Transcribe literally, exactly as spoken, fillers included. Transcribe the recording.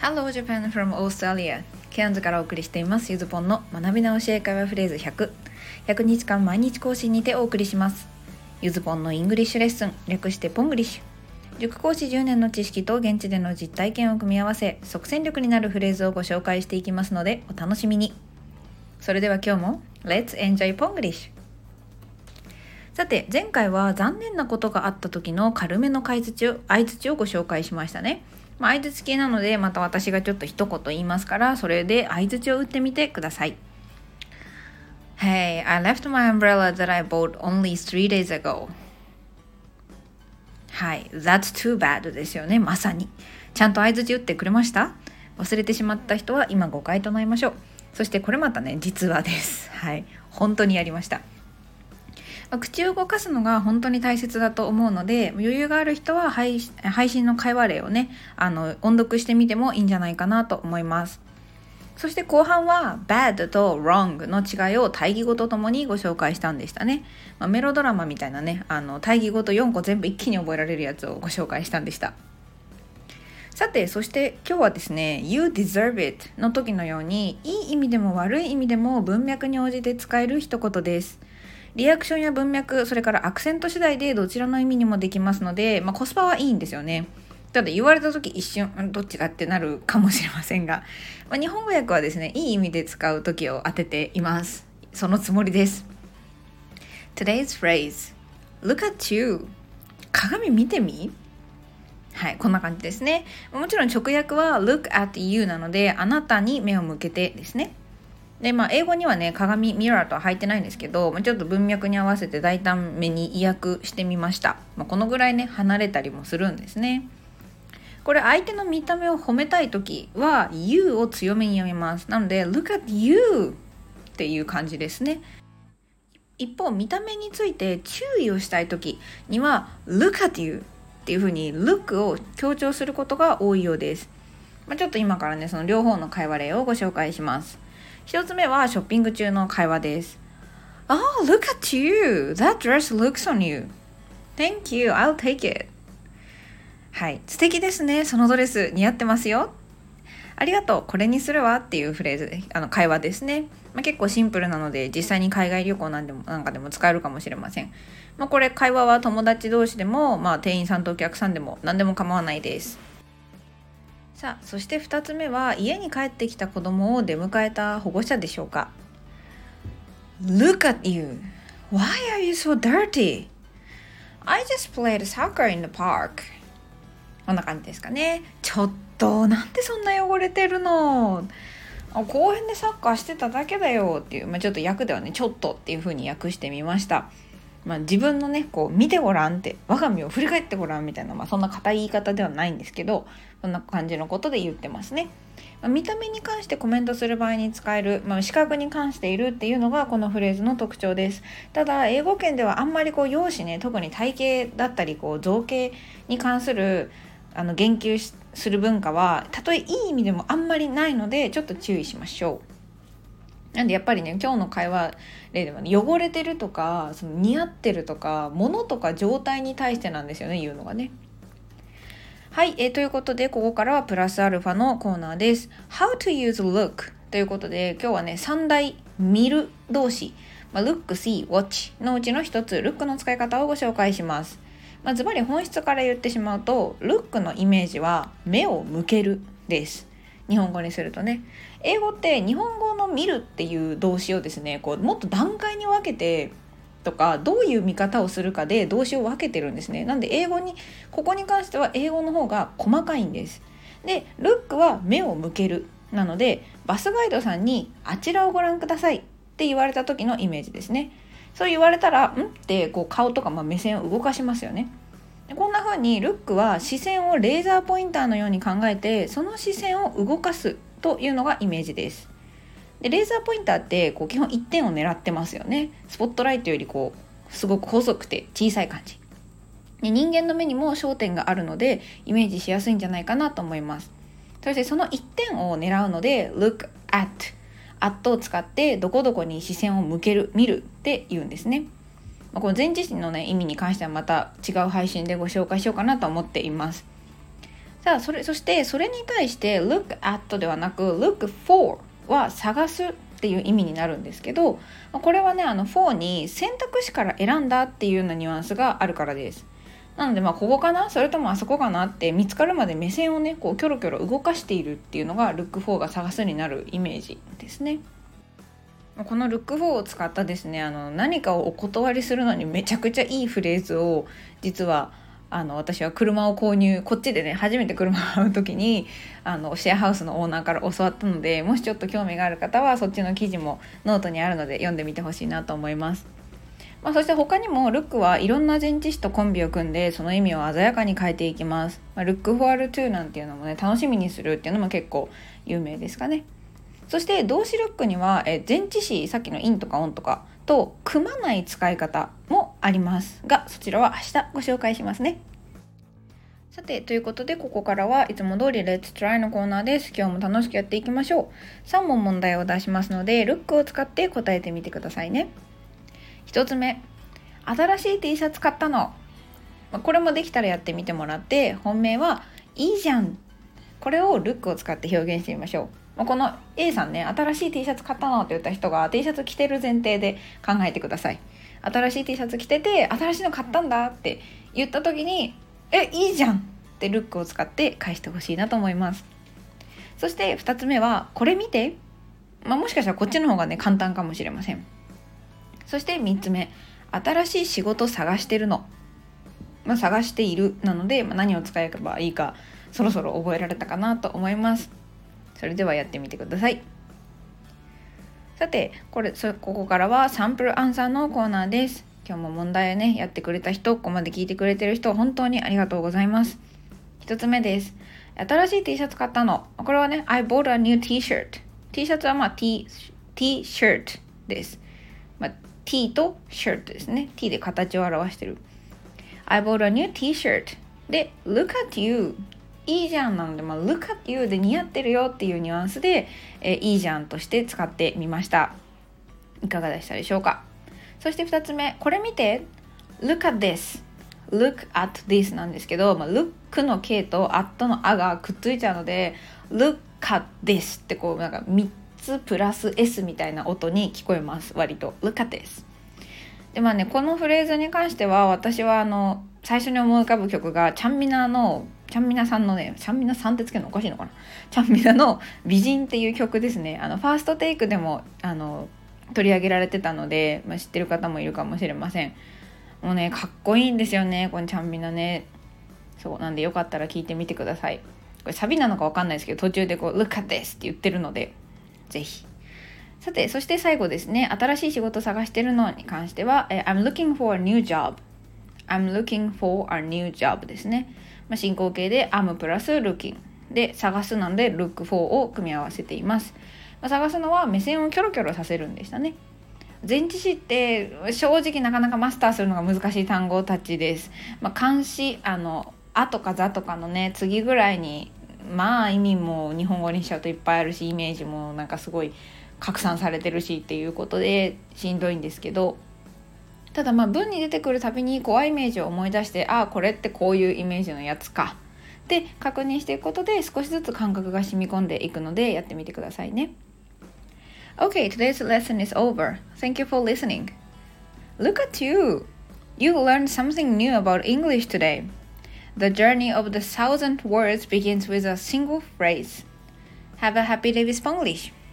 Hello Japan from Australia ケアンズからお送りしていますゆずぽんの学び直し英会話フレーズひゃく ひゃくにちかん毎日更新にてお送りします。ゆずぽんのイングリッシュレッスン、略してポングリッシュ。塾講師じゅうねんの知識と現地での実体験を組み合わせ、即戦力になるフレーズをご紹介していきますのでお楽しみに。それでは今日も Let's enjoy ポングリッシュ。さて、前回は残念なことがあった時の軽めの相槌を相槌をご紹介しましたね。まあ、相槌系なのでまた私がちょっと一言言いますから、それで相槌を打ってみてください。 Hey, I left my umbrella that I bought only three days ago. はい、That's too bad ですよね。まさにちゃんと相槌打ってくれました？忘れてしまった人は今誤解となりましょう。そしてこれまたね、実話です。はい、本当にやりました。口を動かすのが本当に大切だと思うので、余裕がある人は配信の会話例をね、あの音読してみてもいいんじゃないかなと思います。そして後半は bad と wrong の違いを対義語とともにご紹介したんでしたね。まあ、メロドラマみたいなね、あの対義語とよんこ全部一気に覚えられるやつをご紹介したんでした。さて、そして今日はですね You deserve it の時のように、いい意味でも悪い意味でも文脈に応じて使える一言です。リアクションや文脈、それからアクセント次第でどちらの意味にもできますので、まあ、コスパはいいんですよね。ただ言われた時一瞬どっちかってなるかもしれませんが、まあ、日本語訳はですね、いい意味で使う時を当てています。そのつもりです。 Today's phrase Look at you 鏡見てみ。はい、こんな感じですね。もちろん直訳は Look at you なので、あなたに目を向けてですね。で、まあ、英語にはね、鏡ミラーとは入ってないんですけど、まあ、ちょっと文脈に合わせて大胆めに意訳してみました。まあ、このぐらいね、離れたりもするんですね。これ相手の見た目を褒めたいときは You を強めに読みます。なので Look at you っていう感じですね。一方、見た目について注意をしたいときには Look at you っていう風に Look を強調することが多いようです。まあ、ちょっと今からね、その両方の会話例をご紹介します。一つ目はショッピング中の会話です。 Oh, look at you! That dress looks on you. Thank you, I'll take it. はい、素敵ですね。そのドレス似合ってますよ。ありがとう、これにするわっていうフレーズで、あの会話ですね。まあ、結構シンプルなので、実際に海外旅行なんでもなんかでも使えるかもしれません。まあ、これ会話は友達同士でも、まあ、店員さんとお客さんでも何でも構わないです。さあ、そしてふたつめは、家に帰ってきた子供を出迎えた保護者でしょうか。 Look at you! Why are you so dirty? I just played soccer in the park. こんな感じですかね。ちょっと、なんでそんな汚れてるの？公園でサッカーしてただけだよっていう、まあ、ちょっと訳ではね、ちょっとっていう風に訳してみました。まあ、自分のね、こう見てごらんって、我が身を振り返ってごらんみたいな、まあ、そんな固い言い方ではないんですけど、そんな感じのことで言ってますね。まあ、見た目に関してコメントする場合に使える、まあ、視覚に関しているっていうのがこのフレーズの特徴です。ただ英語圏ではあんまりこう容姿ね、特に体型だったりこう造形に関するあの言及する文化は、たとえいい意味でもあんまりないので、ちょっと注意しましょう。なんでやっぱりね、今日の会話例では、ね、汚れてるとか、その似合ってるとか、物とか状態に対してなんですよね、言うのがね。はい、えー、ということでここからはプラスアルファのコーナーです。 How to use look ということで、今日はね、さん大見る動詞、まあ、look, see, watch のうちの一つ look の使い方をご紹介します。まあ、ずばり本質から言ってしまうと、look のイメージは目を向けるです。日本語にするとね、英語って日本語の見るっていう動詞をですね、こうもっと段階に分けてとか、どういう見方をするかで動詞を分けてるんですね。なんで英語に、ここに関しては英語の方が細かいんです。で、look は目を向けるなので、バスガイドさんにあちらをご覧くださいって言われた時のイメージですね。そう言われたら、んってこう顔とかまあ目線を動かしますよね。で、こんな風にルックは視線をレーザーポインターのように考えて、その視線を動かすというのがイメージです。で、レーザーポインターってこう基本いってんを狙ってますよね。スポットライトよりこうすごく細くて小さい感じで、人間の目にも焦点があるのでイメージしやすいんじゃないかなと思います。そしてそのいってんを狙うので look at at を使ってどこどこに視線を向ける、見るって言うんですね。まあ、この前置詞の、ね、意味に関してはまた違う配信でご紹介しようかなと思っています。 さあそれそしてそれに対して look at ではなく look for は探すっていう意味になるんですけど、これはねあの for に選択肢から選んだっていうようなニュアンスがあるからです。なのでまあここかなそれともあそこかなって見つかるまで目線をねこうキョロキョロ動かしているっていうのが look for が探すになるイメージですね。この look for を使ったですねあの何かをお断りするのにめちゃくちゃいいフレーズを実はあの私は車を購入こっちでね初めて車を買う時にあのシェアハウスのオーナーから教わったので、もしちょっと興味がある方はそっちの記事もノートにあるので読んでみてほしいなと思います。まあ、そして他にもルックはいろんな前置詞とコンビを組んでその意味を鮮やかに変えていきます。まあ、look forward to なんていうのもね楽しみにするっていうのも結構有名ですかね。そして動詞ルックにはえ前置詞さっきの in とか on とかと組まない使い方もありますが、そちらは明日ご紹介しますね。さてということでここからはいつも通り Let's Try のコーナーです。今日も楽しくやっていきましょう。さん問問題を出しますのでルックを使って答えてみてくださいね。ひとつめ、新しい T シャツ買ったの。これもできたらやってみてもらって、本命はいいじゃん、これをルックを使って表現してみましょう。この A さんね、新しい T シャツ買ったのって言った人が T シャツ着てる前提で考えてください。新しい T シャツ着てて新しいの買ったんだって言った時にえいいじゃんってルックを使って返してほしいなと思います。そしてふたつめはこれ見て、まあ、もしかしたらこっちの方がね簡単かもしれません。そしてみっつめ、新しい仕事探してるの、まあ、探しているなので、まあ、何を使えばいいかそろそろ覚えられたかなと思います。それではやってみてください。さてこれそここからはサンプルアンサーのコーナーです。今日も問題をねやってくれた人、ここまで聞いてくれてる人本当にありがとうございます。ひとつめです。新しい T シャツ買ったの。これはね I bought a new T-shirt。 T シャツはまあ T T-shirt です。まあ、T と shirt ですね。 T で形を表してる。 I bought a new T-shirt で Look at you、 いいじゃんなので、まあ、Look at you で似合ってるよっていうニュアンスで、えー、いいじゃんとして使ってみました。いかがでしたでしょうか。そしてふたつめ、これ見て Look at this。 Look at this なんですけど、まあ、Look の K と at の A がくっついちゃうので Look at this ってこうなんかみっつプラス S みたいな音に聞こえます。割と Look at this で、まあねこのフレーズに関しては私はあの最初に思い浮かぶ曲がチャンミナのチャンミナさんのね、チャンミナさんってつけるのおかしいのかな、チャンミナの美人っていう曲ですね。あのファーストテイクでもあの取り上げられてたので、まあ、知ってる方もいるかもしれません。もうねかっこいいんですよねこのチャンミナね。そうなんでよかったら聞いてみてください。これサビなのかわかんないですけど途中でこう Look at this って言ってるのでぜひ。さてそして最後ですね、新しい仕事探してるのに関しては I'm looking for a new job。 I'm looking for a new job ですね。まあ、進行形で am プラス looking で探すなので look for を組み合わせています。まあ、探すのは目線をキョロキョロさせるんでしたね。前置詞って正直なかなかマスターするのが難しい単語たちです。まあ、漢詞あのあとかざとかのね次ぐらいにまあ意味も日本語にしちゃうといっぱいあるしイメージもなんかすごい拡散されてるしっていうことでしんどいんですけど、ただまあ文に出てくるたびに怖いイメージを思い出して、ああこれってこういうイメージのやつかで確認していくことで少しずつ感覚が染み込んでいくのでやってみてくださいね。 Okay, today's lesson is over. Thank you for listening. Look at you! You learned something new about English today. The journey of the thousand words begins with a single phrase. Have a happy day with Spanglish!